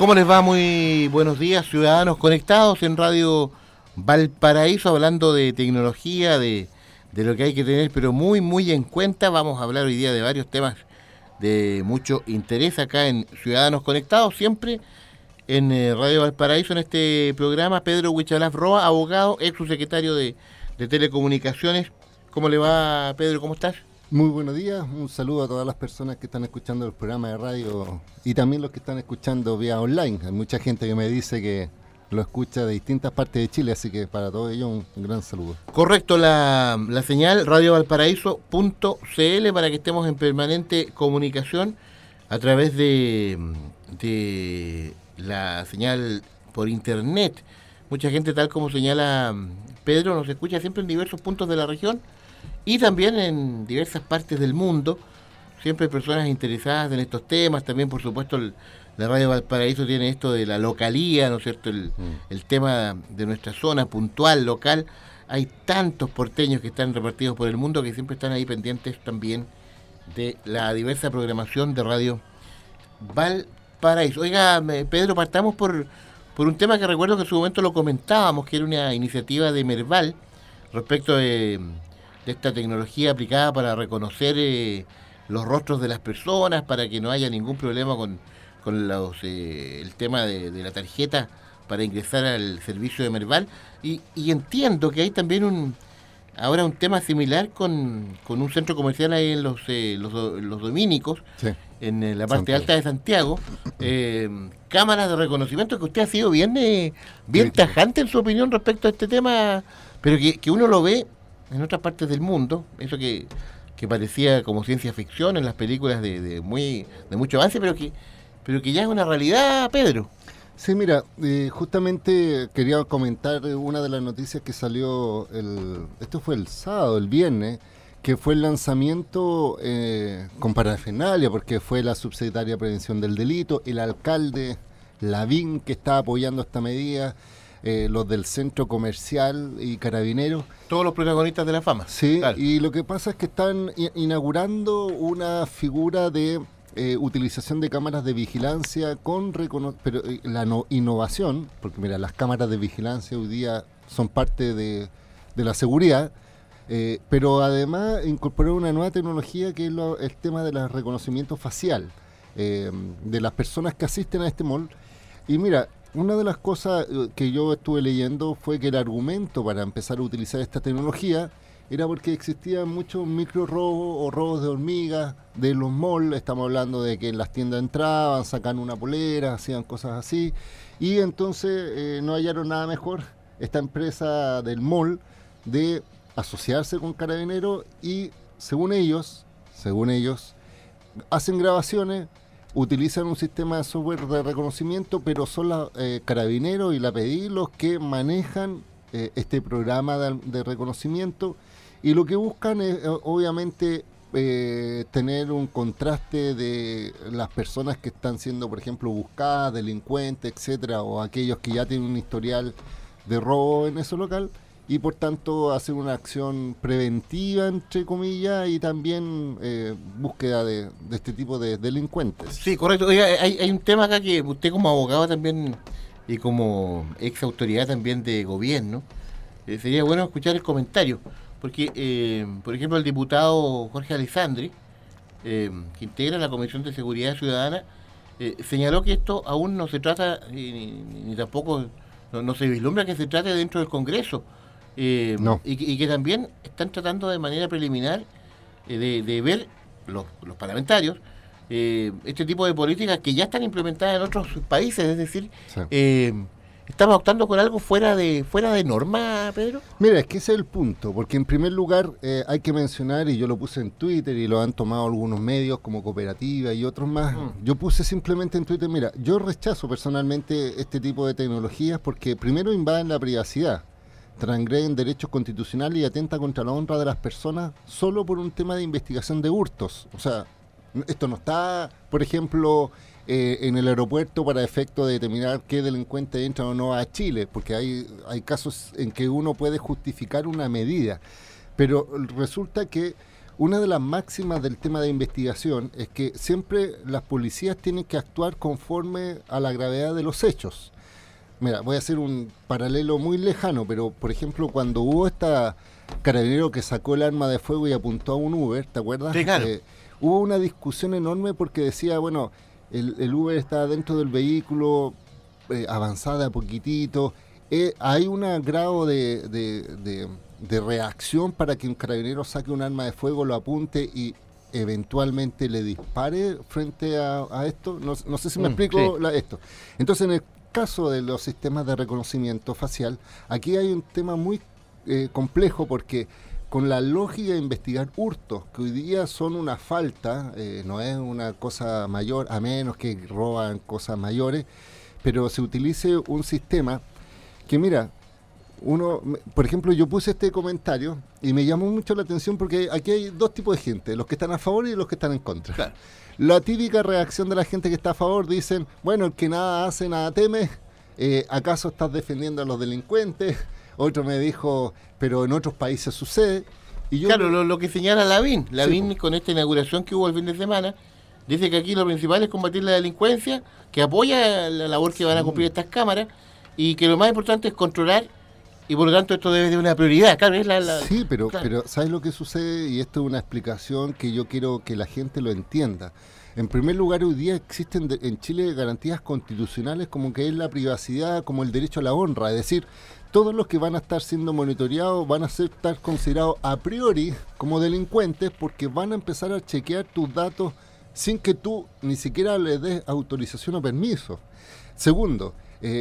¿Cómo les va? Muy buenos días, ciudadanos conectados en Radio Valparaíso, hablando de tecnología, de lo que hay que tener, pero muy en cuenta. Vamos a hablar hoy día de varios temas de mucho interés acá en Ciudadanos Conectados, siempre en Radio Valparaíso, en este programa. Pedro Huichalaf Roa, abogado, ex subsecretario de Telecomunicaciones. ¿Cómo le va, Pedro? ¿Cómo estás? Muy buenos días, un saludo a todas las personas que están escuchando el programa de radio y también los que están escuchando vía online. Hay mucha gente que me dice que lo escucha de distintas partes de Chile, así que para todos ellos un gran saludo. Correcto, la señal radiovalparaíso.cl para que estemos en permanente comunicación a través de la señal por internet. Mucha gente, tal como señala Pedro, nos escucha siempre en diversos puntos de la región y también en diversas partes del mundo. Siempre hay personas interesadas en estos temas. También, por supuesto, la Radio Valparaíso tiene esto de la localía, ¿no es cierto? El tema de nuestra zona puntual, local. Hay tantos porteños que están repartidos por el mundo que siempre están ahí pendientes también de la diversa programación de Radio Valparaíso. Oiga, Pedro, partamos por un tema que recuerdo que en su momento lo comentábamos, que era una iniciativa de Merval respecto de esta tecnología aplicada para reconocer los rostros de las personas, para que no haya ningún problema con el tema de la tarjeta para ingresar al servicio de Merval. Y entiendo que hay también ahora un tema similar con un centro comercial ahí en los Dominicos, sí, en la parte alta de Santiago. Cámaras de reconocimiento, que usted ha sido bien tajante en su opinión respecto a este tema, pero que uno lo ve en otras partes del mundo, eso que parecía como ciencia ficción en las películas de mucho avance, pero que ya es una realidad, Pedro. Sí, mira, justamente quería comentar una de las noticias que salió, esto fue el sábado, el viernes, que fue el lanzamiento con parafernalia, porque fue la subsecretaria de Prevención del Delito, el alcalde Lavín, que está apoyando esta medida, los del centro comercial y carabineros. Todos los protagonistas de la fama. Sí, claro. Y lo que pasa es que están inaugurando una figura de utilización de cámaras de vigilancia pero la innovación, porque mira, las cámaras de vigilancia hoy día son parte de la seguridad, pero además incorporar una nueva tecnología que es el tema del reconocimiento facial de las personas que asisten a este mall. Y mira, una de las cosas que yo estuve leyendo fue que el argumento para empezar a utilizar esta tecnología era porque existían muchos micro robos o robos de hormigas de los malls. Estamos hablando de que en las tiendas entraban, sacaban una polera, hacían cosas así, y entonces no hallaron nada mejor esta empresa del mall de asociarse con Carabineros y según ellos hacen grabaciones, utilizan un sistema de software de reconocimiento, pero son los Carabineros y la PDI los que manejan este programa de reconocimiento, y lo que buscan es obviamente tener un contraste de las personas que están siendo, por ejemplo, buscadas, delincuentes, etcétera, o aquellos que ya tienen un historial de robo en ese local, y por tanto hacer una acción preventiva, entre comillas, y también búsqueda de este tipo de delincuentes. Sí, correcto. Oiga, hay un tema acá que usted como abogado también y como ex autoridad también de gobierno, sería bueno escuchar el comentario, porque, por ejemplo, el diputado Jorge Alessandri, que integra la Comisión de Seguridad Ciudadana, señaló que esto aún no se trata, ni tampoco no se vislumbra que se trate dentro del Congreso. No. Y que también están tratando de manera preliminar de ver los parlamentarios este tipo de políticas que ya están implementadas en otros países, es decir, sí. ¿Estamos optando con algo fuera de norma, Pedro? Mira, es que ese es el punto, porque en primer lugar hay que mencionar, y yo lo puse en Twitter y lo han tomado algunos medios como Cooperativa y otros más, yo puse simplemente en Twitter, mira, yo rechazo personalmente este tipo de tecnologías porque primero invaden la privacidad, transgreden derechos constitucionales y atenta contra la honra de las personas solo por un tema de investigación de hurtos. O sea, esto no está, por ejemplo, en el aeropuerto para efecto de determinar qué delincuente entra o no a Chile, porque hay casos en que uno puede justificar una medida, pero resulta que una de las máximas del tema de investigación es que siempre las policías tienen que actuar conforme a la gravedad de los hechos. Mira, voy a hacer un paralelo muy lejano, pero por ejemplo, cuando hubo esta carabinero que sacó el arma de fuego y apuntó a un Uber, ¿te acuerdas? Sí, claro. Hubo una discusión enorme porque decía, bueno, el Uber está dentro del vehículo, avanzada a poquitito. Hay un grado de reacción para que un carabinero saque un arma de fuego, lo apunte y eventualmente le dispare frente a esto. No sé si me explico sí. esto. Entonces, en el caso de los sistemas de reconocimiento facial, aquí hay un tema muy complejo porque con la lógica de investigar hurtos, que hoy día son una falta, no es una cosa mayor, a menos que roban cosas mayores, pero se utilice un sistema que, mira, por ejemplo, yo puse este comentario y me llamó mucho la atención porque aquí hay dos tipos de gente, los que están a favor y los que están en contra. Claro. La típica reacción de la gente que está a favor, dicen, bueno, el que nada hace, nada teme, ¿acaso estás defendiendo a los delincuentes? Otro me dijo, pero en otros países sucede. Y yo Claro, lo que señala Lavín Sí, con esta inauguración que hubo el fin de semana, dice que aquí lo principal es combatir la delincuencia, que apoya la labor que van a cumplir estas cámaras y que lo más importante es controlar y por lo tanto esto debe ser una prioridad. Claro, es sí, pero claro. ¿sabes lo que sucede? Y esto es una explicación que yo quiero que la gente lo entienda. En primer lugar, hoy día existen en Chile garantías constitucionales como que es la privacidad, como el derecho a la honra. Es decir, todos los que van a estar siendo monitoreados van a estar considerados a priori como delincuentes porque van a empezar a chequear tus datos sin que tú ni siquiera le des autorización o permiso. Segundo,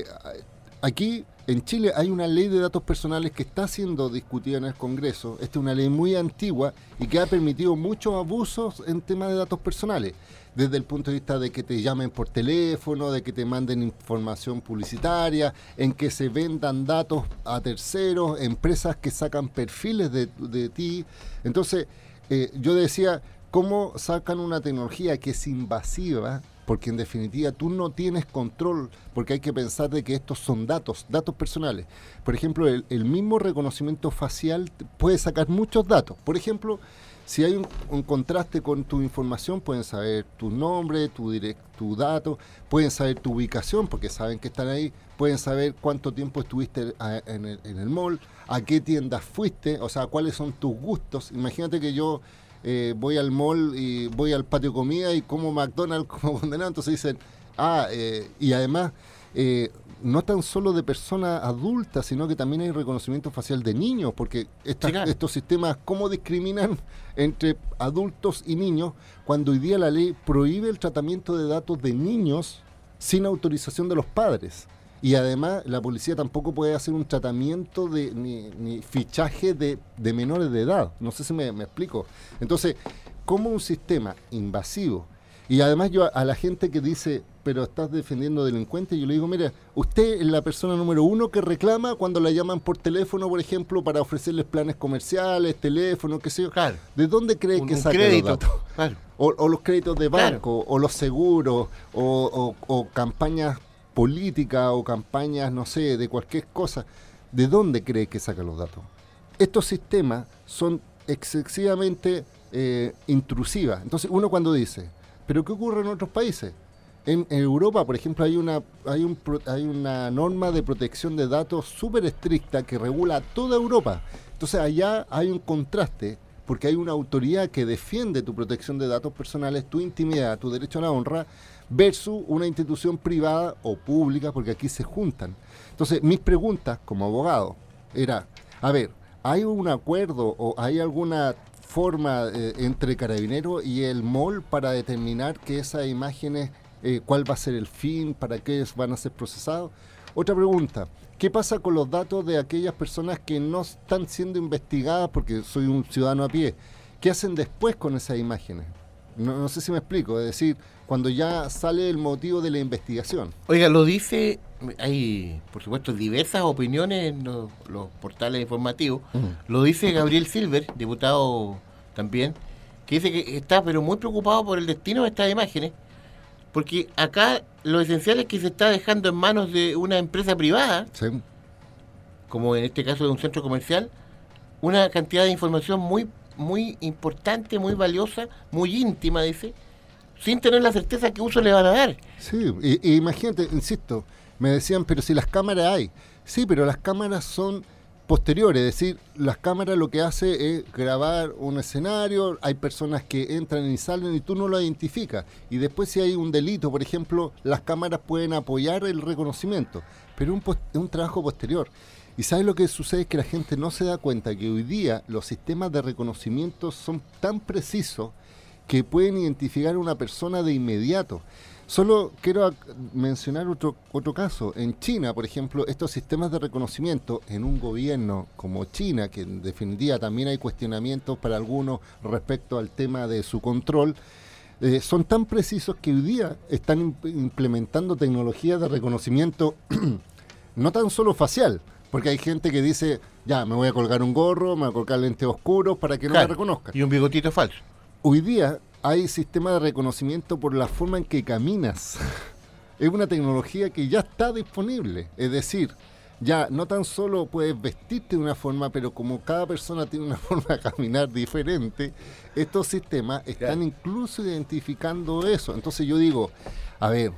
aquí en Chile hay una ley de datos personales que está siendo discutida en el Congreso. Esta es una ley muy antigua y que ha permitido muchos abusos en temas de datos personales. Desde el punto de vista de que te llamen por teléfono, de que te manden información publicitaria, en que se vendan datos a terceros, empresas que sacan perfiles de ti. Entonces, yo decía, ¿cómo sacan una tecnología que es invasiva? Porque en definitiva tú no tienes control, porque hay que pensar de que estos son datos personales. Por ejemplo, el mismo reconocimiento facial puede sacar muchos datos. Por ejemplo, si hay un contraste con tu información, pueden saber tu nombre, tu dato, pueden saber tu ubicación, porque saben que están ahí, pueden saber cuánto tiempo estuviste en el mall, a qué tiendas fuiste, o sea, cuáles son tus gustos. Imagínate que yo voy al mall y voy al patio de comida y como McDonald's como condenado, entonces dicen, y además no tan solo de personas adultas, sino que también hay reconocimiento facial de niños, porque Sí, claro. estos sistemas, ¿cómo discriminan entre adultos y niños cuando hoy día la ley prohíbe el tratamiento de datos de niños sin autorización de los padres? Y además la policía tampoco puede hacer un tratamiento ni fichaje de menores de edad. No sé si me explico. Entonces, ¿cómo un sistema invasivo? Y además yo a la gente que dice, pero estás defendiendo delincuentes, yo le digo, mira, usted es la persona número uno que reclama cuando la llaman por teléfono, por ejemplo, para ofrecerles planes comerciales, teléfono, qué sé yo. Claro. ¿De dónde cree que Un saca crédito. los datos? Claro. O los créditos de Claro. banco, o los seguros, o campañas políticas, o campañas, no sé, de cualquier cosa. ¿De dónde cree que saca los datos? Estos sistemas son excesivamente intrusivas. Entonces uno cuando dice, ¿pero qué ocurre en otros países? En Europa, por ejemplo, hay una norma de protección de datos súper estricta que regula toda Europa. Entonces allá hay un contraste porque hay una autoridad que defiende tu protección de datos personales, tu intimidad, tu derecho a la honra, versus una institución privada o pública, porque aquí se juntan. Entonces, mis preguntas como abogado era, a ver, ¿hay un acuerdo o hay alguna forma entre Carabineros y el MOL para determinar que esas imágenes, cuál va a ser el fin, para qué van a ser procesados? Otra pregunta, ¿qué pasa con los datos de aquellas personas que no están siendo investigadas porque soy un ciudadano a pie? ¿Qué hacen después con esas imágenes? No sé si me explico, es decir, cuando ya sale el motivo de la investigación. Oiga, lo dice, hay por supuesto diversas opiniones en los portales informativos. Lo dice Gabriel Silver, diputado también, que dice que está pero muy preocupado por el destino de estas imágenes, porque acá lo esencial es que se está dejando en manos de una empresa privada, Sí. como en este caso de un centro comercial, una cantidad de información muy muy importante, muy valiosa, muy íntima, dice, sin tener la certeza qué uso le van a dar. Sí, y imagínate, insisto, me decían, pero si las cámaras hay. Sí, pero las cámaras son posteriores, es decir, las cámaras lo que hace es grabar un escenario, hay personas que entran y salen y tú no lo identificas. Y después si hay un delito, por ejemplo, las cámaras pueden apoyar el reconocimiento, pero es un trabajo posterior. Y ¿sabes lo que sucede? Es que la gente no se da cuenta que hoy día los sistemas de reconocimiento son tan precisos que pueden identificar a una persona de inmediato. Solo quiero mencionar otro caso. En China, por ejemplo, estos sistemas de reconocimiento en un gobierno como China, que en definitiva también hay cuestionamientos para algunos respecto al tema de su control, son tan precisos que hoy día están implementando tecnologías de reconocimiento no tan solo facial, porque hay gente que dice, ya, me voy a colgar un gorro, me voy a colgar lentes oscuros para que no me reconozcan. Y un bigotito falso. Hoy día hay sistemas de reconocimiento por la forma en que caminas. Es una tecnología que ya está disponible. Es decir, ya no tan solo puedes vestirte de una forma, pero como cada persona tiene una forma de caminar diferente, estos sistemas están incluso identificando eso. Entonces yo digo, a ver,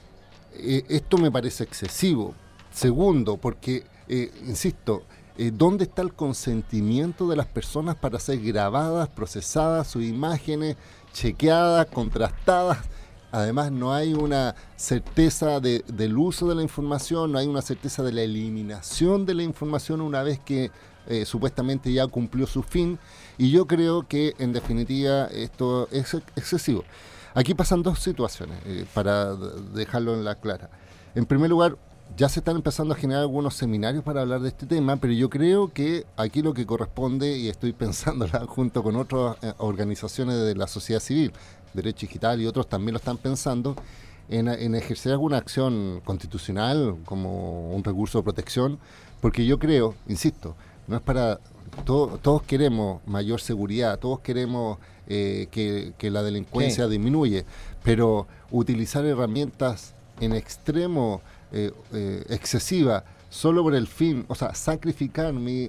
esto me parece excesivo. Segundo, porque, insisto, ¿dónde está el consentimiento de las personas para ser grabadas, procesadas, sus imágenes, chequeadas, contrastadas? Además, no hay una certeza del uso de la información, no hay una certeza de la eliminación de la información una vez que supuestamente ya cumplió su fin. Y yo creo que, en definitiva, esto es excesivo. Aquí pasan dos situaciones, para dejarlo en la clara. En primer lugar, ya se están empezando a generar algunos seminarios para hablar de este tema, pero yo creo que aquí lo que corresponde, y estoy pensándola junto con otras organizaciones de la sociedad civil, Derecho Digital y otros también lo están pensando, en ejercer alguna acción constitucional como un recurso de protección, porque yo creo, insisto, no es para... todos queremos mayor seguridad, todos queremos que la delincuencia disminuya, pero utilizar herramientas en extremo excesiva solo por el fin, o sea, sacrificar mis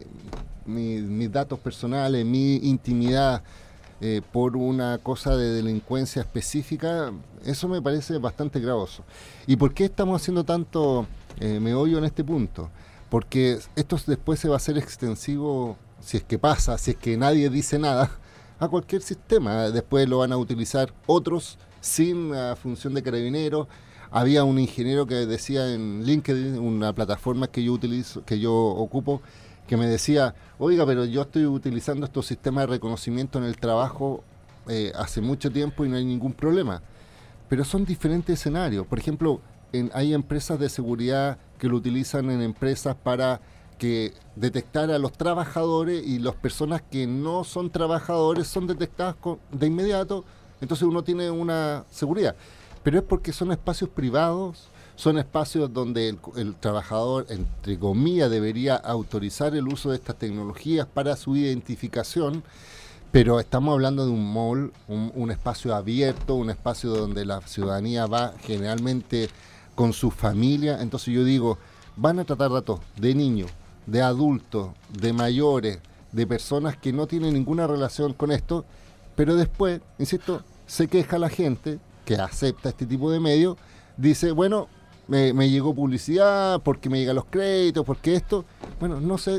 datos personales, mi intimidad por una cosa de delincuencia específica, eso me parece bastante gravoso. ¿Y por qué estamos haciendo tanto meollo en este punto? Porque esto después se va a hacer extensivo, si es que pasa, si es que nadie dice nada, a cualquier sistema. Después lo van a utilizar otros sin la función de carabineros. Había un ingeniero que decía en LinkedIn, una plataforma que yo utilizo, que yo ocupo, que me decía, oiga, pero yo estoy utilizando estos sistemas de reconocimiento en el trabajo hace mucho tiempo y no hay ningún problema. Pero son diferentes escenarios. Por ejemplo, hay empresas de seguridad que lo utilizan en empresas para que detectar a los trabajadores, y las personas que no son trabajadores son detectadas de inmediato, entonces uno tiene una seguridad. Pero es porque son espacios privados, son espacios donde el trabajador, entre comillas, debería autorizar el uso de estas tecnologías para su identificación, pero estamos hablando de un mall, un espacio abierto, un espacio donde la ciudadanía va generalmente con su familia. Entonces yo digo, van a tratar datos de niños, de adultos, de mayores, de personas que no tienen ninguna relación con esto, pero después, insisto, se queja la gente que acepta este tipo de medios, dice, bueno, me llegó publicidad, porque me llegan los créditos, porque esto, bueno,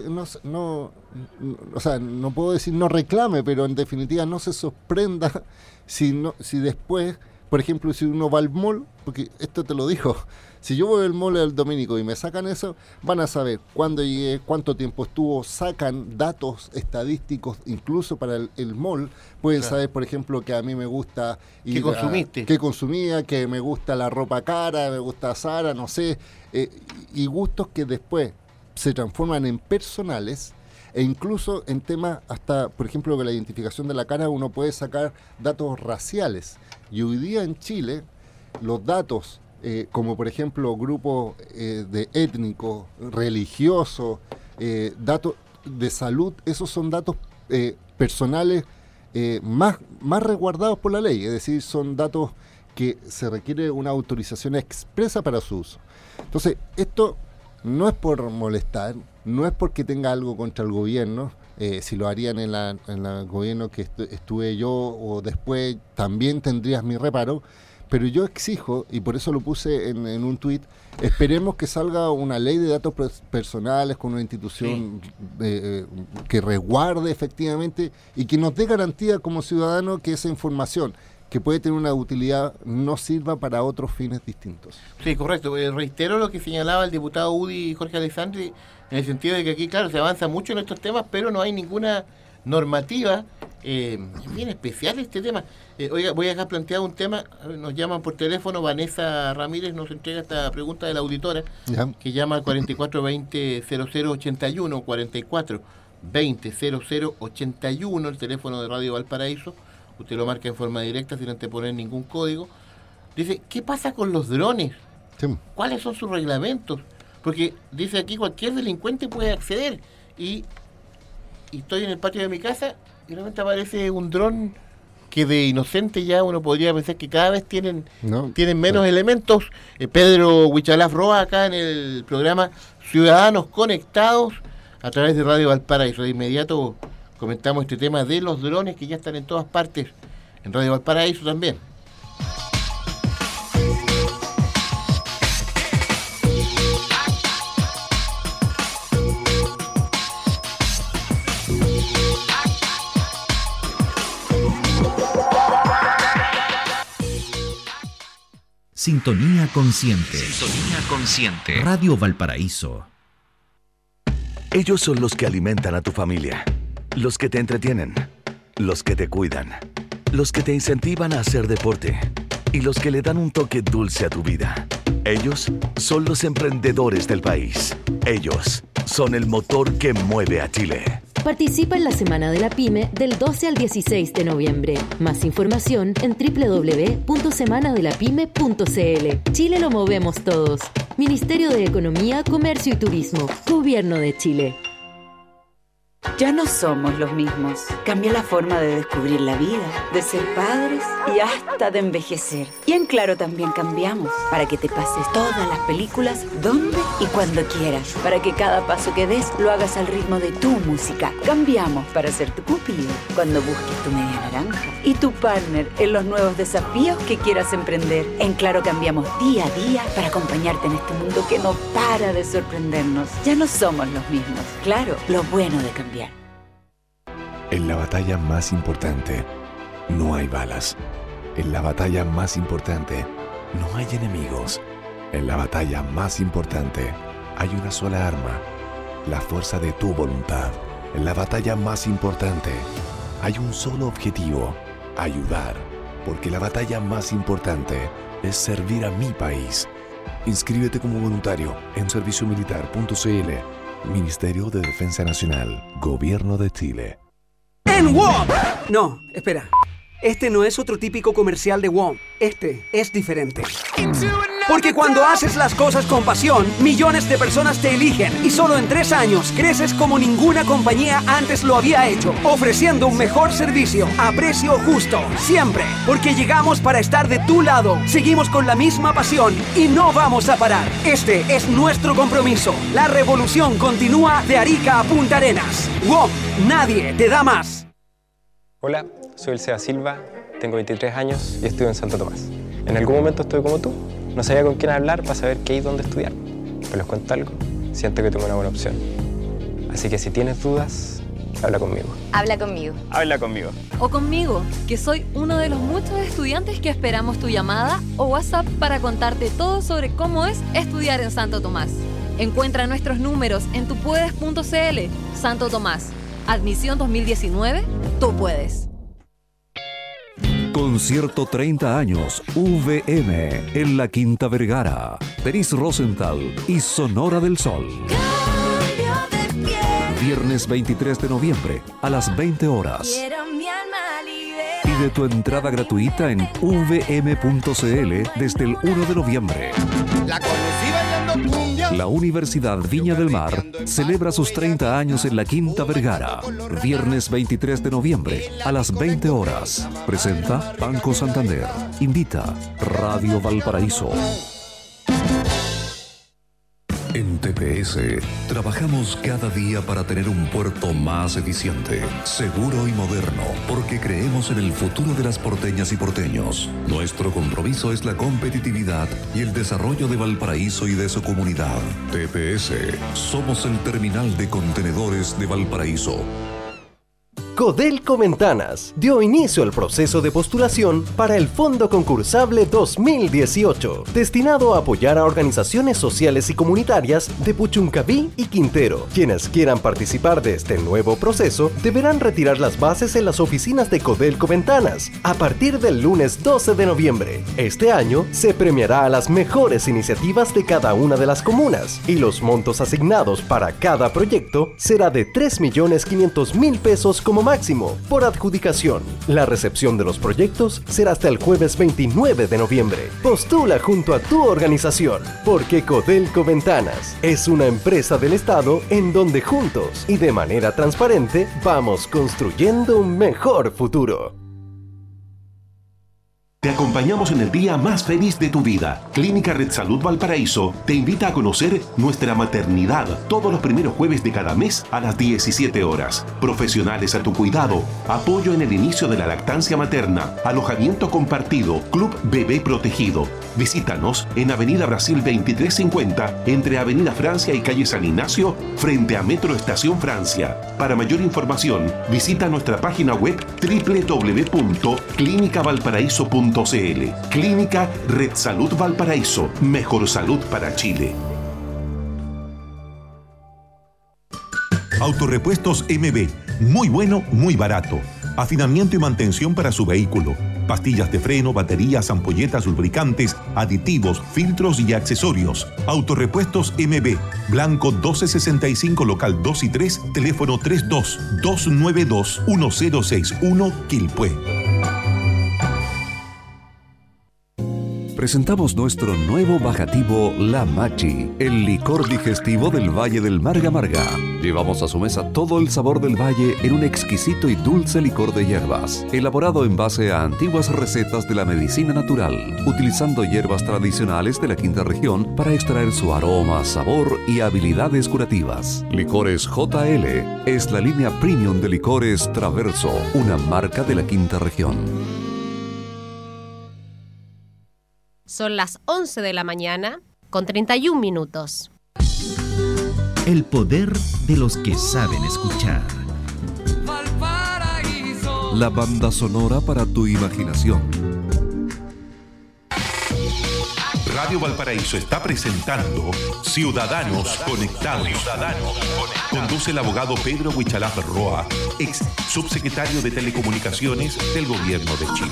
o sea, no puedo decir no reclame, pero en definitiva no se sorprenda si después, por ejemplo, si uno va al mall, porque esto te lo dijo, si yo voy al mall del Domínico y me sacan eso, van a saber cuándo llegué, cuánto tiempo estuvo, sacan datos estadísticos incluso para el mall, pueden saber, por ejemplo, que a mí me gusta ¿qué consumiste? ¿Qué consumía? Que me gusta la ropa cara, me gusta Zara, no sé, y gustos que después se transforman en personales. E incluso en temas hasta, por ejemplo, con la identificación de la cara uno puede sacar datos raciales. Y hoy día en Chile, los datos, como por ejemplo grupos de étnicos, religiosos, datos de salud, esos son datos personales más resguardados por la ley. Es decir, son datos que se requiere una autorización expresa para su uso. Entonces, esto no es por molestar, no es porque tenga algo contra el gobierno, si lo harían en el gobierno que estuve yo o después, también tendrías mi reparo. Pero yo exijo, y por eso lo puse en un tuit, esperemos que salga una ley de datos personales con una institución que resguarde efectivamente y que nos dé garantía como ciudadano que esa información, que puede tener una utilidad, no sirva para otros fines distintos. Sí, correcto. Reitero lo que señalaba el diputado UDI Jorge Alessandri, en el sentido de que aquí, claro, se avanza mucho en estos temas, pero no hay ninguna normativa. Es bien especial este tema. Oiga, voy a dejar planteado un tema. Nos llaman por teléfono. Vanessa Ramírez nos entrega esta pregunta de la auditora, que llama al 4420-0081, 4420-0081, el teléfono de Radio Valparaíso. Usted lo marca en forma directa sin anteponer ningún código. Dice, ¿qué pasa con los drones? Sí. ¿Cuáles son sus reglamentos? Porque dice aquí, cualquier delincuente puede acceder. Y estoy en el patio de mi casa y realmente aparece un dron que de inocente ya uno podría pensar que cada vez tienen menos elementos. Pedro Huichalaf Roa, acá en el programa Ciudadanos Conectados, a través de Radio Valparaíso. De inmediato comentamos este tema de los drones que ya están en todas partes, en Radio Valparaíso también. Sintonía Consciente. Sintonía Consciente. Radio Valparaíso. Ellos son los que alimentan a tu familia, los que te entretienen, los que te cuidan, los que te incentivan a hacer deporte y los que le dan un toque dulce a tu vida. Ellos son los emprendedores del país. Ellos son el motor que mueve a Chile. Participa en la Semana de la Pyme del 12 al 16 de noviembre. Más información en www.semanadelapyme.cl. Chile lo movemos todos. Ministerio de Economía, Comercio y Turismo. Gobierno de Chile. Ya no somos los mismos. Cambia la forma de descubrir la vida, de ser padres y hasta de envejecer. Y en Claro también cambiamos, para que te pases todas las películas donde y cuando quieras, para que cada paso que des lo hagas al ritmo de tu música. Cambiamos para ser tu cupido cuando busques tu media naranja y tu partner en los nuevos desafíos que quieras emprender. En Claro cambiamos día a día para acompañarte en este mundo que no para de sorprendernos. Ya no somos los mismos. Claro, lo bueno de cambiar. En la batalla más importante, no hay balas. En la batalla más importante, no hay enemigos. En la batalla más importante, hay una sola arma, la fuerza de tu voluntad. En la batalla más importante, hay un solo objetivo, ayudar. Porque la batalla más importante es servir a mi país. Inscríbete como voluntario en serviciomilitar.cl. Ministerio de Defensa Nacional, Gobierno de Chile. En WOM. No, espera. Este no es otro típico comercial de WOM. Este es diferente. Porque cuando haces las cosas con pasión, millones de personas te eligen y solo en 3 años creces como ninguna compañía antes lo había hecho, ofreciendo un mejor servicio a precio justo, siempre, porque llegamos para estar de tu lado, seguimos con la misma pasión y no vamos a parar. Este es nuestro compromiso. La revolución continúa de Arica a Punta Arenas. WOM, nadie te da más. Hola, soy el Seba Silva, tengo 23 años y estudio en Santo Tomás. En algún momento estuve como tú. No sabía con quién hablar para saber qué y dónde estudiar. Pero les cuento algo, siento que tengo una buena opción. Así que si tienes dudas, habla conmigo. Habla conmigo. Habla conmigo. O conmigo, que soy uno de los muchos estudiantes que esperamos tu llamada o WhatsApp para contarte todo sobre cómo es estudiar en Santo Tomás. Encuentra nuestros números en tupuedes.cl. Santo Tomás. Admisión 2019, tú puedes. Concierto 30 años VM en la Quinta Vergara. Denise Rosenthal y Sonora del Sol. Viernes 23 de noviembre a las 20 horas. Pide tu entrada gratuita en vm.cl desde el 1 de noviembre. La Universidad Viña del Mar celebra sus 30 años en la Quinta Vergara. Viernes 23 de noviembre a las 20 horas. Presenta Banco Santander. Invita Radio Valparaíso. En TPS trabajamos cada día para tener un puerto más eficiente, seguro y moderno, porque creemos en el futuro de las porteñas y porteños. Nuestro compromiso es la competitividad y el desarrollo de Valparaíso y de su comunidad. TPS, somos el terminal de contenedores de Valparaíso. Codelco Ventanas dio inicio al proceso de postulación para el Fondo Concursable 2018, destinado a apoyar a organizaciones sociales y comunitarias de Puchuncaví y Quintero. Quienes quieran participar de este nuevo proceso deberán retirar las bases en las oficinas de Codelco Ventanas a partir del lunes 12 de noviembre. Este año se premiará a las mejores iniciativas de cada una de las comunas y los montos asignados para cada proyecto será de 3.500.000 pesos como máximo por adjudicación. La recepción de los proyectos será hasta el jueves 29 de noviembre. Postula junto a tu organización, porque Codelco Ventanas es una empresa del Estado en donde juntos y de manera transparente vamos construyendo un mejor futuro. Te acompañamos en el día más feliz de tu vida. Clínica Red Salud Valparaíso te invita a conocer nuestra maternidad todos los primeros jueves de cada mes a las 17 horas. Profesionales a tu cuidado, apoyo en el inicio de la lactancia materna, alojamiento compartido, Club Bebé Protegido. Visítanos en Avenida Brasil 2350, entre Avenida Francia y Calle San Ignacio, frente a Metro Estación Francia. Para mayor información, visita nuestra página web www.clinicavalparaíso.cl. Clínica Red Salud Valparaíso. Mejor salud para Chile. Autorepuestos MB. Muy bueno, muy barato. Afinamiento y mantención para su vehículo. Pastillas de freno, baterías, ampolletas, lubricantes, aditivos, filtros y accesorios. Autorepuestos MB. Blanco 1265, local 2 y 3, teléfono 32-292-1061, Quilpué. Presentamos nuestro nuevo bajativo La Machi, el licor digestivo del Valle del Marga Marga. Llevamos a su mesa todo el sabor del valle en un exquisito y dulce licor de hierbas, elaborado en base a antiguas recetas de la medicina natural, utilizando hierbas tradicionales de la quinta región para extraer su aroma, sabor y habilidades curativas. Licores JL es la línea premium de licores Traverso, una marca de la quinta región. Son las 11 de la mañana con 31 minutos. El poder de los que saben escuchar. La banda sonora para tu imaginación. Radio Valparaíso está presentando Ciudadanos Conectados. Conduce el abogado Pedro Huichalaf Roa, ex subsecretario de Telecomunicaciones del Gobierno de Chile.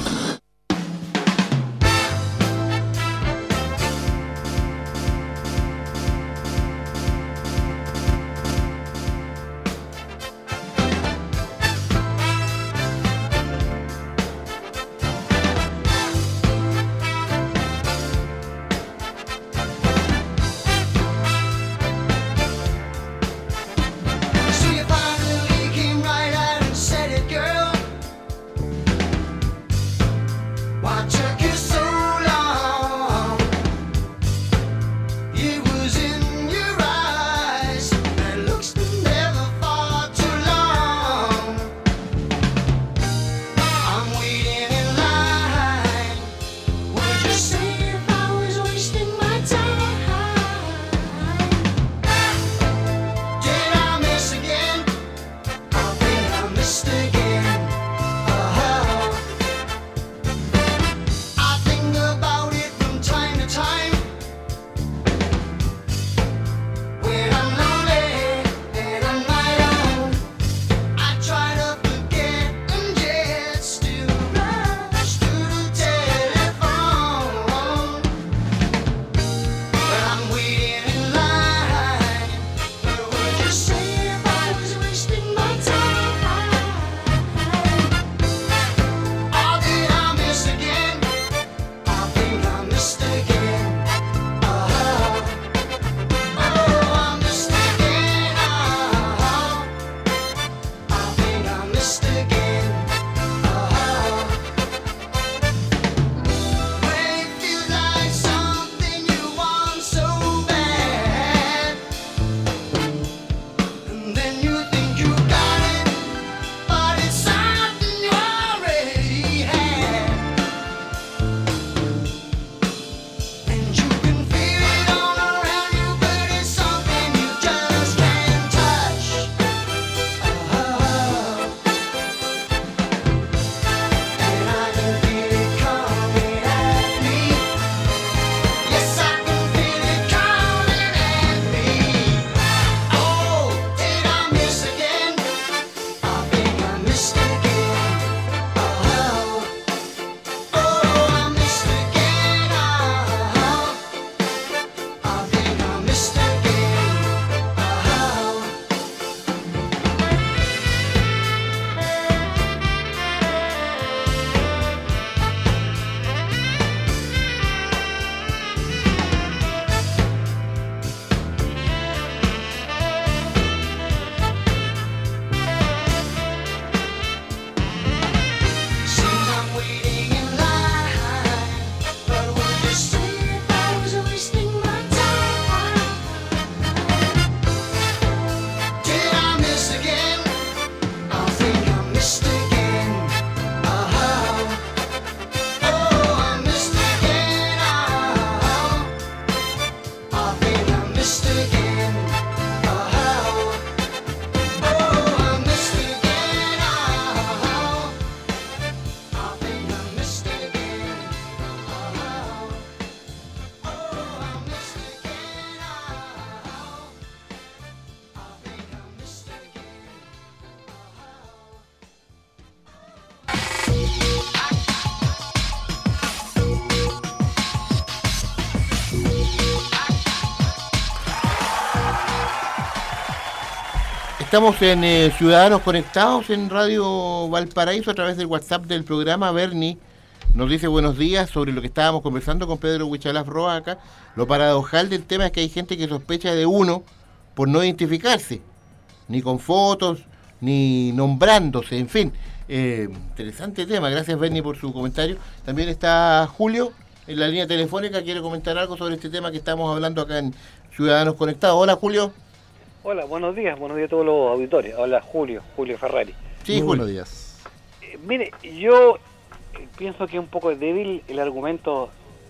Estamos en Ciudadanos Conectados en Radio Valparaíso a través del WhatsApp del programa. Bernie nos dice buenos días sobre lo que estábamos conversando con Pedro Huichalaf Roa acá. Lo paradojal del tema es que hay gente que sospecha de uno por no identificarse, ni con fotos, ni nombrándose, en fin. Interesante tema, gracias Bernie por su comentario. También está Julio en la línea telefónica, quiere comentar algo sobre este tema que estamos hablando acá en Ciudadanos Conectados. Hola Julio. Hola, buenos días a todos los auditores. Hola Julio Ferrari. Sí, Julio. Buenos días. Mire, yo pienso que es un poco débil el argumento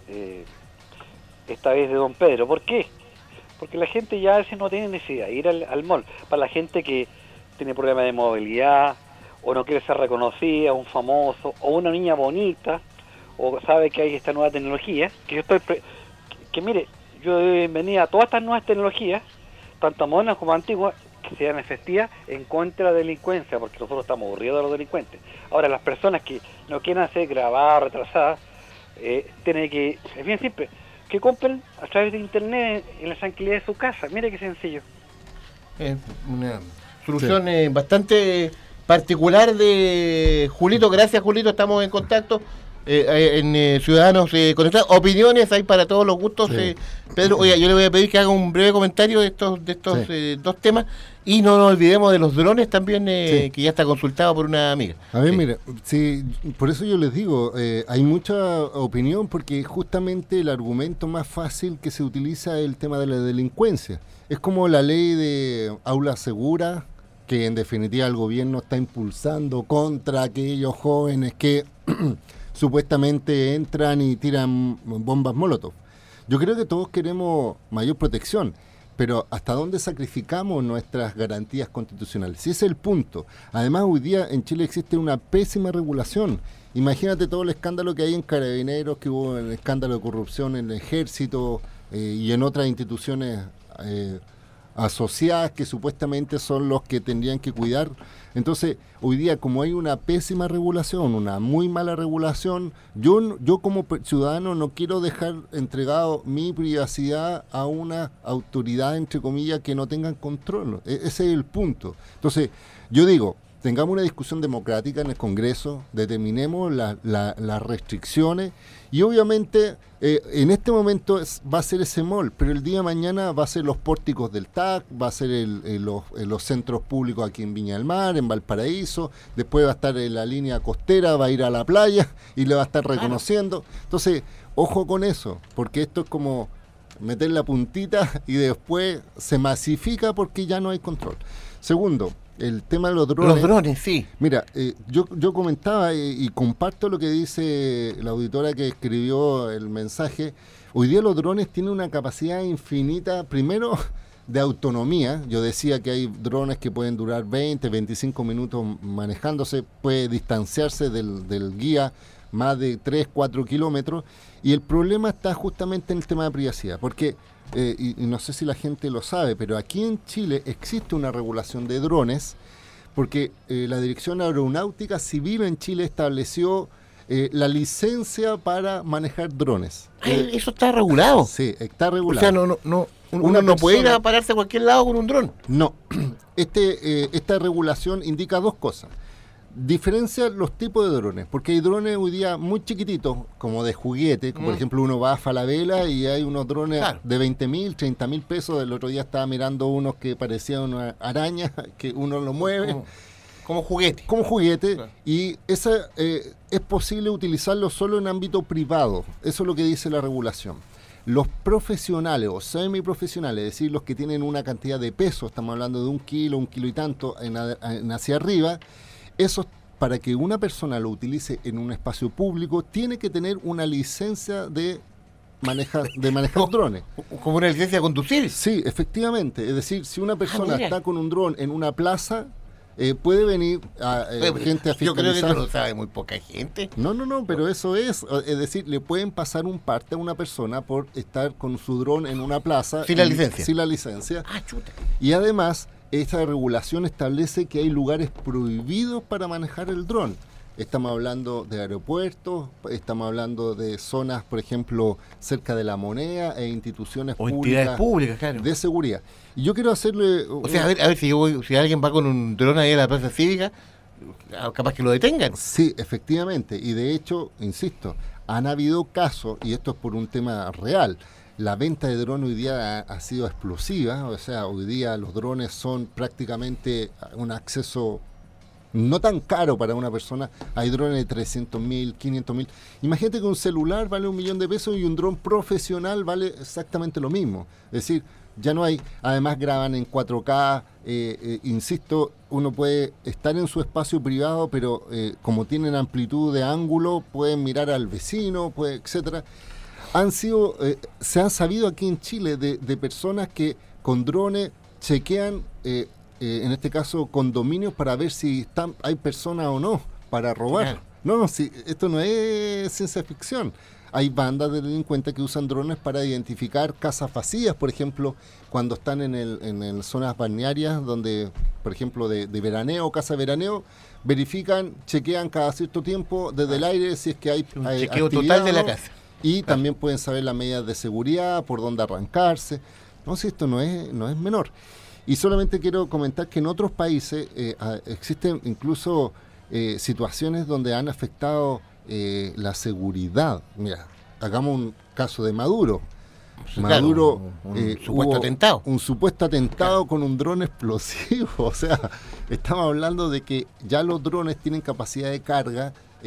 esta vez de don Pedro. ¿Por qué? Porque la gente ya a veces no tiene necesidad de ir al mall. Para la gente que tiene problemas de movilidad, o no quiere ser reconocida, un famoso, o una niña bonita, o sabe que hay esta nueva tecnología, que yo estoy... mire, yo doy bienvenida a todas estas nuevas tecnologías, tanto modernas como antiguas, que sean efectivas en contra de la delincuencia, porque nosotros estamos aburridos de los delincuentes. Ahora, las personas que no quieran ser grabadas, retrasadas, tienen que... Es bien simple, que compren a través de internet en la tranquilidad de su casa. Mire qué sencillo. Una solución bastante particular de Julito. Gracias Julito, estamos en contacto en Ciudadanos Conectados. Opiniones hay para todos los gustos. Sí. Pedro, oiga, yo le voy a pedir que haga un breve comentario de estos sí. Dos temas. Y no nos olvidemos de los drones también, sí. Que ya está consultado por una amiga. A ver, sí. Mira, sí, por eso yo les digo, hay mucha opinión, porque justamente el argumento más fácil que se utiliza es el tema de la delincuencia. Es como la ley de aula segura, que en definitiva el gobierno está impulsando contra aquellos jóvenes que supuestamente entran y tiran bombas Molotov. Yo creo que todos queremos mayor protección, pero ¿hasta dónde sacrificamos nuestras garantías constitucionales? Si ese es el punto. Además, hoy día en Chile existe una pésima regulación. Imagínate todo el escándalo que hay en Carabineros, que hubo el escándalo de corrupción en el Ejército y en otras instituciones asociadas que supuestamente son los que tendrían que cuidar. Entonces, hoy día, como hay una pésima regulación, una muy mala regulación, yo como ciudadano no quiero dejar entregado mi privacidad a una autoridad, entre comillas, que no tengan control. Ese es el punto. Entonces, yo digo, tengamos una discusión democrática en el Congreso, determinemos las restricciones y obviamente en este momento va a ser ese mall, pero el día de mañana va a ser los pórticos del TAC, va a ser los centros públicos aquí en Viña del Mar, en Valparaíso, después va a estar en la línea costera, va a ir a la playa y le va a estar reconociendo. Entonces, ojo con eso, porque esto es como meter la puntita y después se masifica porque ya no hay control. Segundo, el tema de los drones. Los drones, sí. Mira, yo comentaba y comparto lo que dice la auditora que escribió el mensaje. Hoy día los drones tienen una capacidad infinita, primero, de autonomía. Yo decía que hay drones que pueden durar 20, 25 minutos manejándose, puede distanciarse del guía más de 3, 4 kilómetros. Y el problema está justamente en el tema de privacidad, porque... y no sé si la gente lo sabe, pero aquí en Chile existe una regulación de drones, porque la Dirección Aeronáutica Civil en Chile estableció la licencia para manejar drones. ¿Eso está regulado? Sí, está regulado. O sea, uno no puede ir a pararse a cualquier lado con un dron. No, esta regulación indica dos cosas. Diferencia los tipos de drones, porque hay drones hoy día muy chiquititos, como de juguete, como por ejemplo uno va a Falabella y hay unos drones de 20.000, 30.000 pesos. El otro día estaba mirando unos que parecían una araña, que uno lo mueve. Como juguete. Como juguete, claro. Y esa es posible utilizarlo solo en ámbito privado, eso es lo que dice la regulación. Los profesionales o semiprofesionales, es decir, los que tienen una cantidad de peso, estamos hablando de 1 kilo y tanto en hacia arriba, eso, para que una persona lo utilice en un espacio público, tiene que tener una licencia de manejar drones. ¿Como una licencia de conducir? Sí, efectivamente. Es decir, si una persona está con un dron en una plaza, puede venir gente a fiscalizar. Yo creo que eso lo sabe muy poca gente. No, pero eso es decir, le pueden pasar un parte a una persona por estar con su dron en una plaza. Sin la licencia. Sin la licencia. Ah, chuta. Y además... esta regulación establece que hay lugares prohibidos para manejar el dron. estamos hablando de aeropuertos, estamos hablando de zonas, por ejemplo, cerca de La Moneda e instituciones o entidades públicas, claro, de seguridad. Y yo quiero hacerle... O sea, a ver si alguien va con un dron ahí a la plaza cívica, capaz que lo detengan. Sí, efectivamente. Y de hecho, insisto, han habido casos, y esto es por un tema real, la venta de drones hoy día ha sido explosiva. O sea, hoy día los drones son prácticamente un acceso no tan caro para una persona. Hay drones de 300.000, 500.000. Imagínate que un celular vale $1.000.000 y un dron profesional vale exactamente lo mismo. Es decir, ya no hay, además graban en 4K, insisto, uno puede estar en su espacio privado, pero como tienen amplitud de ángulo, pueden mirar al vecino, etcétera. Se han sabido aquí en Chile de personas que con drones chequean, en este caso, condominios para ver si hay personas o no, para robar. Claro. No, si, esto no es ciencia ficción. Hay bandas de delincuentes que usan drones para identificar casas vacías, por ejemplo, cuando están en zonas balnearias donde, por ejemplo, de veraneo, casa de veraneo, verifican, chequean cada cierto tiempo desde el aire si es que hay un chequeo total de la casa. Y también pueden saber las medidas de seguridad, por dónde arrancarse. No sé, esto no es menor. Y solamente quiero comentar que en otros países existen incluso situaciones donde han afectado la seguridad. Mira, hagamos un caso de Maduro. Maduro, un supuesto atentado. Un supuesto atentado con un dron explosivo. O sea, estamos hablando de que ya los drones tienen capacidad de carga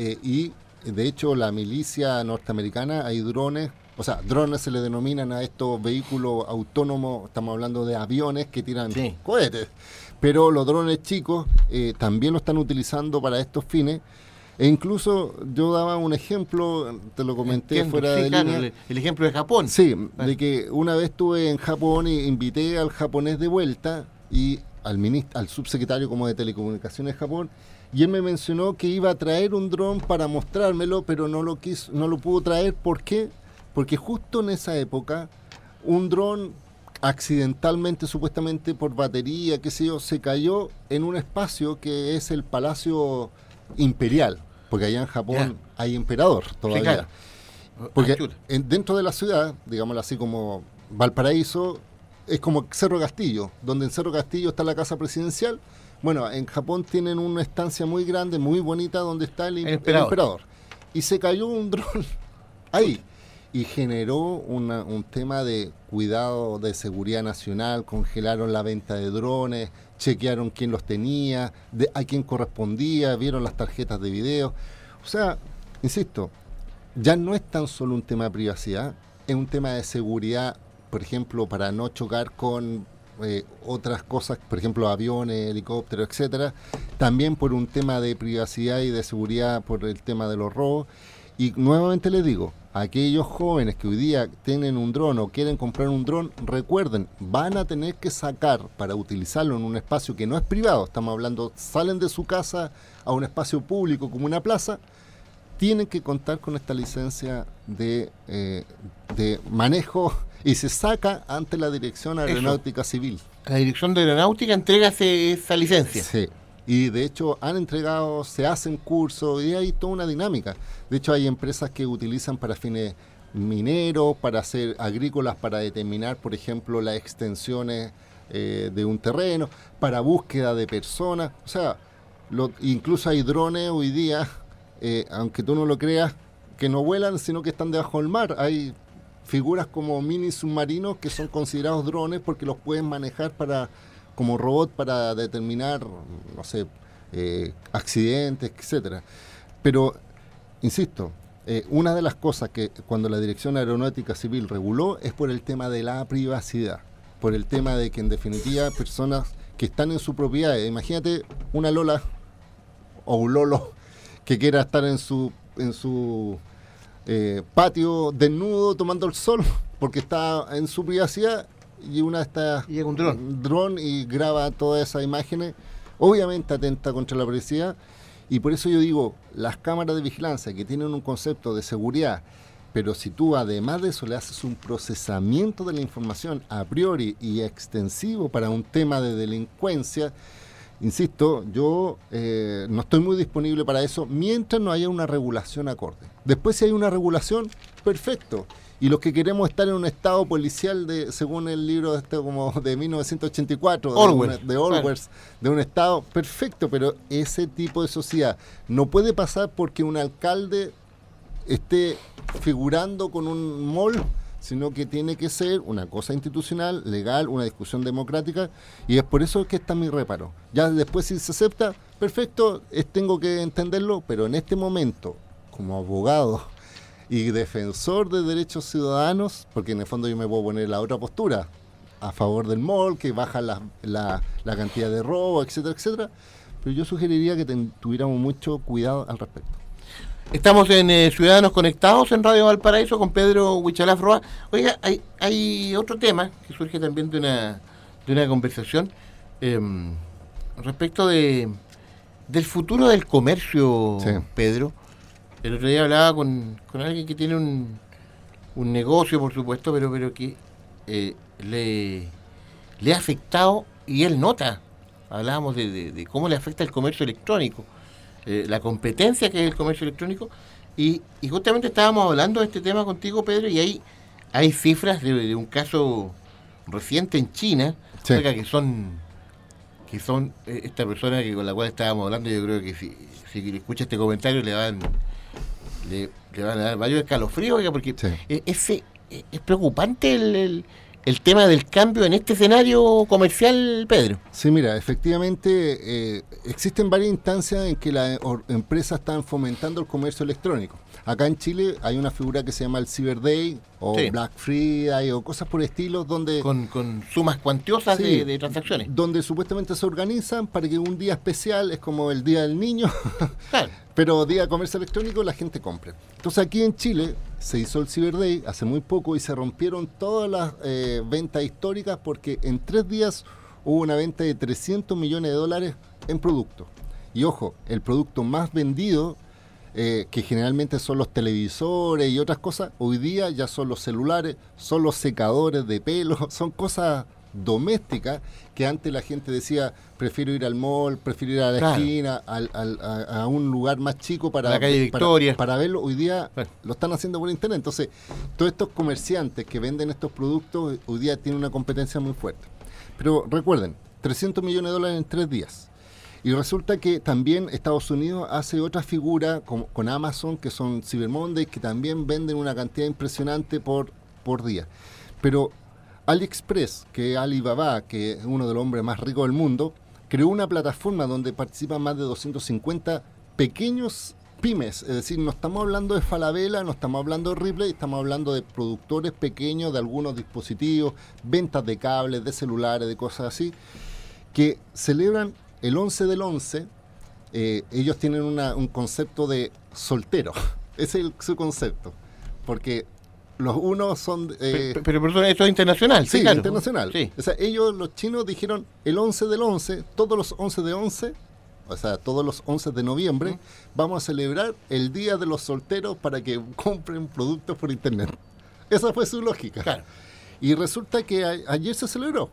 y de hecho la milicia norteamericana, hay drones, o sea, drones se le denominan a estos vehículos autónomos, estamos hablando de aviones que tiran cohetes, pero los drones chicos también lo están utilizando para estos fines. E incluso yo daba un ejemplo, te lo comenté fuera de línea. El ejemplo de Japón. Sí, de que una vez estuve en Japón e invité al japonés de vuelta y al subsecretario como de Telecomunicaciones de Japón, y él me mencionó que iba a traer un dron para mostrármelo, pero no lo pudo traer. ¿Por qué? Porque justo en esa época un dron accidentalmente, supuestamente por batería, qué sé yo, se cayó en un espacio que es el Palacio Imperial, porque allá en Japón hay emperador todavía. Sí, claro. Porque dentro de la ciudad, digámoslo así como Valparaíso, es como Cerro Castillo, donde en Cerro Castillo está la casa presidencial. Bueno, en Japón tienen una estancia muy grande, muy bonita, donde está el emperador. Y se cayó un dron ahí. Y generó un tema de cuidado de seguridad nacional, congelaron la venta de drones, chequearon quién los tenía, a quién correspondía, vieron las tarjetas de video. O sea, insisto, ya no es tan solo un tema de privacidad, es un tema de seguridad, por ejemplo, para no chocar con otras cosas, por ejemplo, aviones, helicópteros, etcétera. También por un tema de privacidad y de seguridad por el tema de los robos. Y nuevamente les digo, aquellos jóvenes que hoy día tienen un dron o quieren comprar un dron, recuerden, van a tener que sacar para utilizarlo en un espacio que no es privado, estamos hablando, salen de su casa a un espacio público como una plaza, tienen que contar con esta licencia de manejo y se saca ante la Dirección Aeronáutica Civil. La Dirección de Aeronáutica entrega esa licencia. Sí. Y de hecho han entregado, se hacen cursos y hay toda una dinámica. De hecho hay empresas que utilizan para fines mineros, para hacer agrícolas, para determinar, por ejemplo, las extensiones de un terreno, para búsqueda de personas. O sea, incluso hay drones hoy día, aunque tú no lo creas, que no vuelan, sino que están debajo del mar. Hay figuras como mini submarinos que son considerados drones porque los pueden manejar como robot para determinar, no sé, accidentes, etcétera. Pero, insisto, una de las cosas que cuando la Dirección Aeronáutica Civil reguló es por el tema de la privacidad, por el tema de que en definitiva personas que están en su propiedad, imagínate una Lola o un Lolo que quiera estar en su patio desnudo tomando el sol porque está en su privacidad, y una de estas llega un dron y graba todas esas imágenes, obviamente atenta contra la privacidad. Y por eso yo digo, las cámaras de vigilancia que tienen un concepto de seguridad, pero si tú además de eso le haces un procesamiento de la información a priori y extensivo para un tema de delincuencia, Insisto, yo no estoy muy disponible para eso mientras no haya una regulación acorde. Después, si hay una regulación, perfecto. Y los que queremos estar en un estado policial, según el libro como de 1984, de Orwell, de un estado, perfecto, pero ese tipo de sociedad no puede pasar porque un alcalde esté figurando con un mall, sino que tiene que ser una cosa institucional, legal, una discusión democrática, y es por eso que está mi reparo. Ya después, si se acepta, perfecto, tengo que entenderlo, pero en este momento, como abogado y defensor de derechos ciudadanos, porque en el fondo yo me puedo poner la otra postura, a favor del mall, que baja la cantidad de robo, etcétera, etcétera, pero yo sugeriría que tuviéramos mucho cuidado al respecto. Estamos en Ciudadanos Conectados en Radio Valparaíso con Pedro Huichalaf Roa. Oiga, hay otro tema que surge también de una conversación respecto del futuro del comercio, sí. Pedro. El otro día hablaba con alguien que tiene un negocio, por supuesto, pero que le ha afectado, y él nota, hablábamos de cómo le afecta el comercio electrónico, la competencia que es el comercio electrónico, y justamente estábamos hablando de este tema contigo, Pedro, y hay cifras de un caso reciente en China, sí. Oiga, que son esta persona con la cual estábamos hablando. Yo creo que si escucha este comentario le van a dar varios escalofríos, oiga, porque sí. Es preocupante el tema del cambio en este escenario comercial, Pedro. Sí, mira, efectivamente existen varias instancias en que las empresas están fomentando el comercio electrónico. Acá en Chile hay una figura que se llama el Cyber Day o sí. Black Friday o cosas por estilo, donde con sumas cuantiosas, sí, de transacciones, donde supuestamente se organizan para que un día especial, es como el Día del Niño, claro. Pero día de comercio electrónico, la gente compre. Entonces aquí en Chile se hizo el Cyber Day hace muy poco y se rompieron todas las ventas históricas, porque en 3 días hubo una venta de $300 millones en productos. Y ojo, el producto más vendido, que generalmente son los televisores y otras cosas, hoy día ya son los celulares, son los secadores de pelo, son cosas domésticas que antes la gente decía, prefiero ir al mall, prefiero ir a la claro. esquina, a un lugar más chico para la calle Victoria, para verlo. Hoy día lo están haciendo por internet. Entonces, todos estos comerciantes que venden estos productos hoy día tienen una competencia muy fuerte. Pero recuerden, $300 millones en 3 días. Y resulta que también Estados Unidos hace otra figura con Amazon, que son Cyber Monday, que también venden una cantidad impresionante por día. Pero AliExpress, que es Alibaba, que es uno de los hombres más ricos del mundo, creó una plataforma donde participan más de 250 pequeños pymes. Es decir, no estamos hablando de Falabella, no estamos hablando de Ripley, estamos hablando de productores pequeños de algunos dispositivos, ventas de cables, de celulares, de cosas así, que celebran el 11 del 11. Ellos tienen un concepto de soltero. Ese es su concepto. Porque los unos son... pero esto es internacional. Sí, claro. Internacional. Sí. O sea, ellos, los chinos, dijeron el 11 del 11, todos los 11 de 11, o sea, todos los 11 de noviembre, vamos a celebrar el Día de los Solteros para que compren productos por internet. Esa fue su lógica. Claro. Y resulta que ayer se celebró.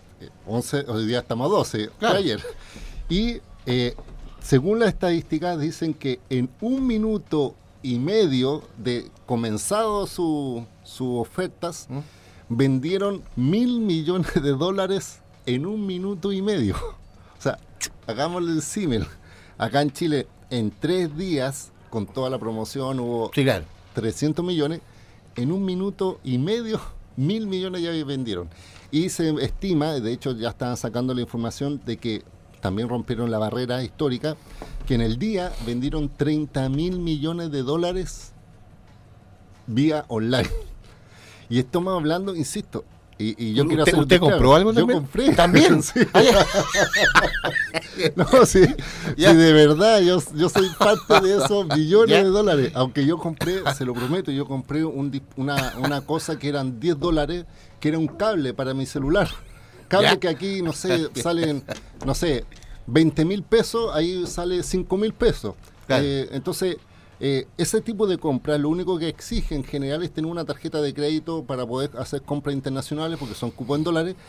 11, hoy día estamos a 12, claro. Ayer. Y según las estadísticas dicen que en 1 minuto y medio de comenzado sus ofertas, vendieron $1.000 millones en 1 minuto y medio. O sea, hagámosle el símil. Acá en Chile, en 3 días, con toda la promoción, hubo 300 millones. En 1 minuto y medio, 1.000 millones ya vendieron. Y se estima, de hecho ya están sacando la información de que también rompieron la barrera histórica, que en el día vendieron $30.000 millones vía online. Y estamos hablando, insisto, y yo quiero hacer... ¿Usted compró algo también? Yo compré. ¿También? Sí. No, sí, sí, de verdad, yo soy parte de esos billones de dólares. Aunque yo compré, se lo prometo, yo compré una cosa que eran $10, que era un cable para mi celular. Cable que aquí, no sé, salen, no sé, 20.000 pesos, ahí sale 5.000 pesos. Claro. Entonces, ese tipo de compras, lo único que exige en general es tener una tarjeta de crédito para poder hacer compras internacionales, porque son cupos en dólares.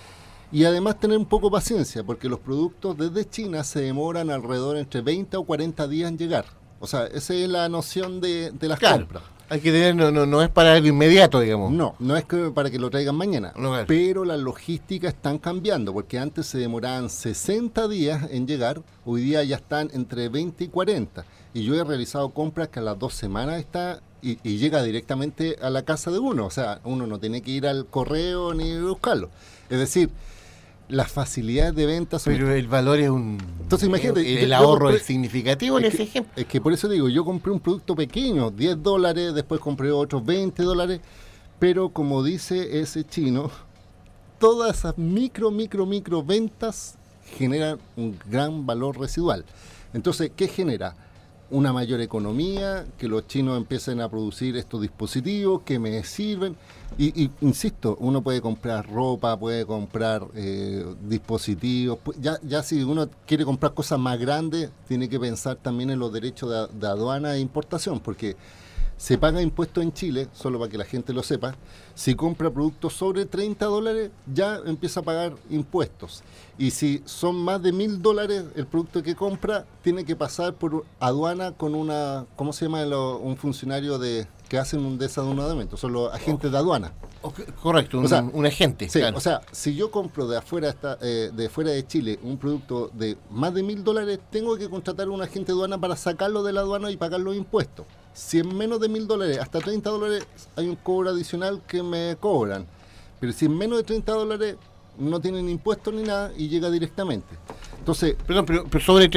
Y además tener un poco de paciencia, porque los productos desde China se demoran alrededor entre 20 o 40 días en llegar. O sea, esa es la noción de las compras. Hay que tener, no es para algo inmediato, digamos. No es para que lo traigan mañana. Pero las logísticas están cambiando, porque antes se demoraban 60 días en llegar, hoy día ya están entre 20 y 40. Y yo he realizado compras que a las 2 semanas está y llega directamente a la casa de uno. O sea, uno no tiene que ir al correo ni buscarlo. Es decir, las facilidades de venta son... Pero el valor es un... Entonces imagínate... El ahorro es significativo en ese ejemplo. Es que por eso digo, yo compré un producto pequeño, $10, después compré otros $20, pero como dice ese chino, todas esas micro ventas generan un gran valor residual. Entonces, ¿qué genera? Una mayor economía, que los chinos empiecen a producir estos dispositivos que me sirven. Y insisto, uno puede comprar ropa, puede comprar dispositivos. Ya si uno quiere comprar cosas más grandes, tiene que pensar también en los derechos de aduana e importación, porque se paga impuesto en Chile, solo para que la gente lo sepa. Si compra productos sobre $30, ya empieza a pagar impuestos. Y si son más de $1.000 el producto que compra, tiene que pasar por aduana con una, ¿cómo se llama? Un funcionario que hacen un desaduanamiento, son los agentes de aduana. Correcto, un agente. Sí, claro. O sea, si yo compro de fuera de Chile un producto de más de $1.000, tengo que contratar a un agente de aduana para sacarlo de la aduana y pagar los impuestos. Si en menos de $1.000, hasta $30, hay un cobro adicional que me cobran. Pero si en menos de $30, no tienen impuestos ni nada y llega directamente. Entonces, Perdón, pero sobre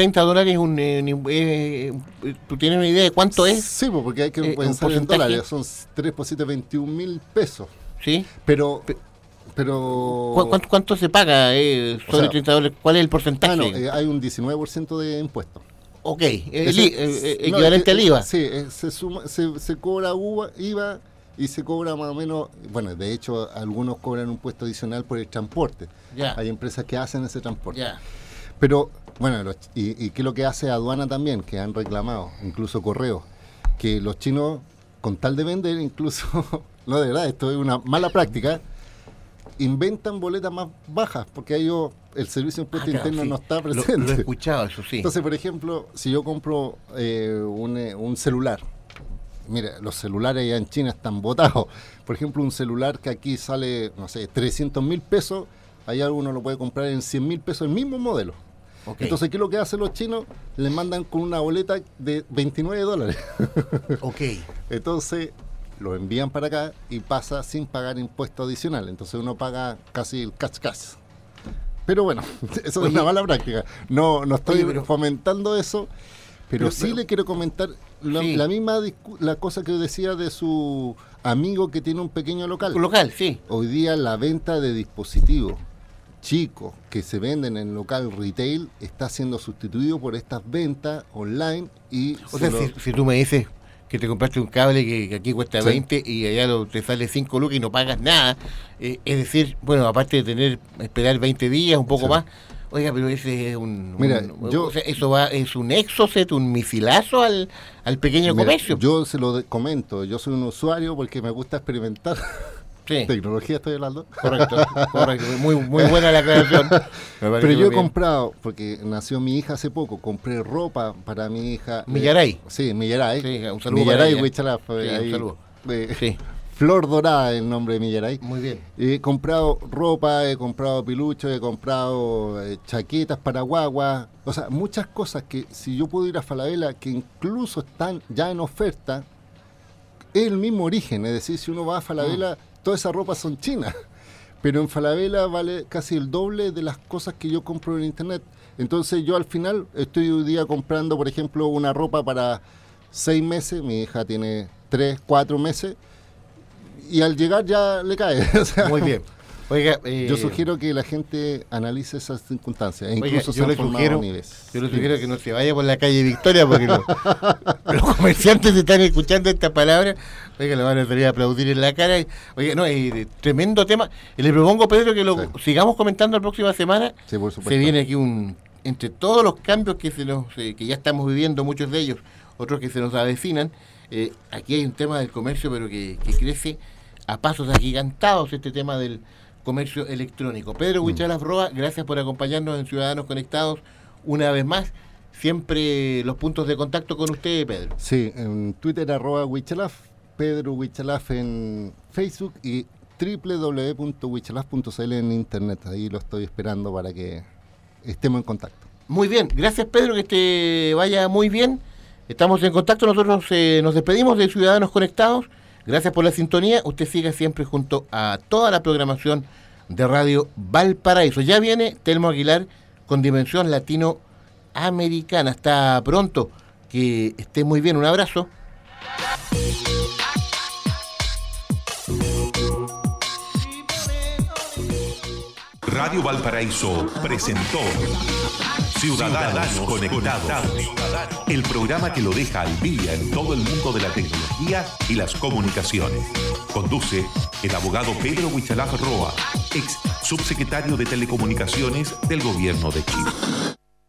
$30 ¿tú tienes una idea de cuánto es? Sí, porque hay que pensar en dólares. Son 3 por 7, 21.000 pesos. ¿Sí? Pero ¿Cuánto se paga sobre $30? ¿Cuál es el porcentaje? Hay un 19% de impuestos. Ok, equivalente al IVA. Sí, se cobra IVA y se cobra más o menos, bueno, de hecho algunos cobran un impuesto adicional por el transporte. Ya. Hay empresas que hacen ese transporte. Ya. Pero, bueno, y qué es lo que hace aduana también, que han reclamado, incluso correos, que los chinos, con tal de vender, incluso, no, de verdad, esto es una mala práctica, inventan boletas más bajas, porque ellos, el servicio de impuesto interno no está presente. Lo he escuchado, eso sí. Entonces, por ejemplo, si yo compro un celular, mira, los celulares allá en China están botados. Por ejemplo, un celular que aquí sale, no sé, 300.000 pesos, allá uno lo puede comprar en 100.000 pesos, el mismo modelo. Okay. Entonces, ¿qué es lo que hacen los chinos? Les mandan con una boleta de $29. Ok. Entonces, lo envían para acá y pasa sin pagar impuesto adicional. Entonces, uno paga casi el cash. Pero bueno, eso es una mala práctica. No estoy fomentando eso, pero sí le quiero comentar la misma la cosa que decía de su amigo que tiene un pequeño local. Un local, sí. Hoy día la venta de dispositivos chicos que se venden en local retail está siendo sustituido por estas ventas online. O sea, si tú me dices que te compraste un cable que aquí cuesta 20 y allá te sale 5 lucas y no pagas nada, es decir, bueno, aparte de esperar 20 días, un poco más, oiga, pero ese es o sea, eso es un exocet, un misilazo al pequeño comercio. Yo se lo comento, yo soy un usuario porque me gusta experimentar. Sí. Tecnología estoy hablando. Correcto. Muy buena la aclaración. Pero yo he comprado, porque nació mi hija hace poco, compré ropa para mi hija. Millaray. Sí, Millaray. Sí, un saludo Millaray, para ella. un saludo. Sí. Flor Dorada, el nombre de Millaray. Muy bien. He comprado ropa, he comprado piluchos, he comprado chaquetas para guagua. O sea, muchas cosas que si yo puedo ir a Falabella, que incluso están ya en oferta, es el mismo origen. Es decir, si uno va a Falabella, todas esas ropas son chinas. Pero en Falabella vale casi el doble de las cosas que yo compro en internet. Entonces yo al final estoy hoy día comprando, por ejemplo, una ropa para 6 meses. Mi hija tiene 3, 4 meses. Y al llegar ya le cae. O sea, muy bien. Oiga, yo sugiero que la gente analice esas circunstancias. Incluso yo le sugiero que no se vaya por la calle Victoria, porque los comerciantes están escuchando esta palabra. Oiga, le van a salir a aplaudir en la cara. Oiga, no, tremendo tema. Le propongo, Pedro, que lo sigamos comentando la próxima semana. Sí, por supuesto. Se viene aquí entre todos los cambios que que ya estamos viviendo, muchos de ellos, otros que se nos avecinan. Aquí hay un tema del comercio, pero que crece a pasos agigantados, este tema del comercio electrónico. Pedro Huichalaf Roa, gracias por acompañarnos en Ciudadanos Conectados una vez más. Siempre los puntos de contacto con usted, Pedro. Sí, en Twitter @Huichalaf, Pedro Huichalaf en Facebook y www.huichalaf.cl en internet. Ahí lo estoy esperando para que estemos en contacto. Muy bien, gracias Pedro, que te vaya muy bien. Estamos en contacto, nosotros nos despedimos de Ciudadanos Conectados. Gracias por la sintonía. Usted siga siempre junto a toda la programación de Radio Valparaíso. Ya viene Telmo Aguilar con Dimensión Latinoamericana. Hasta pronto, que esté muy bien. Un abrazo. Radio Valparaíso presentó Ciudadanos Conectados, el programa que lo deja al día en todo el mundo de la tecnología y las comunicaciones. Conduce el abogado Pedro Huichalaf Roa, ex subsecretario de Telecomunicaciones del Gobierno de Chile.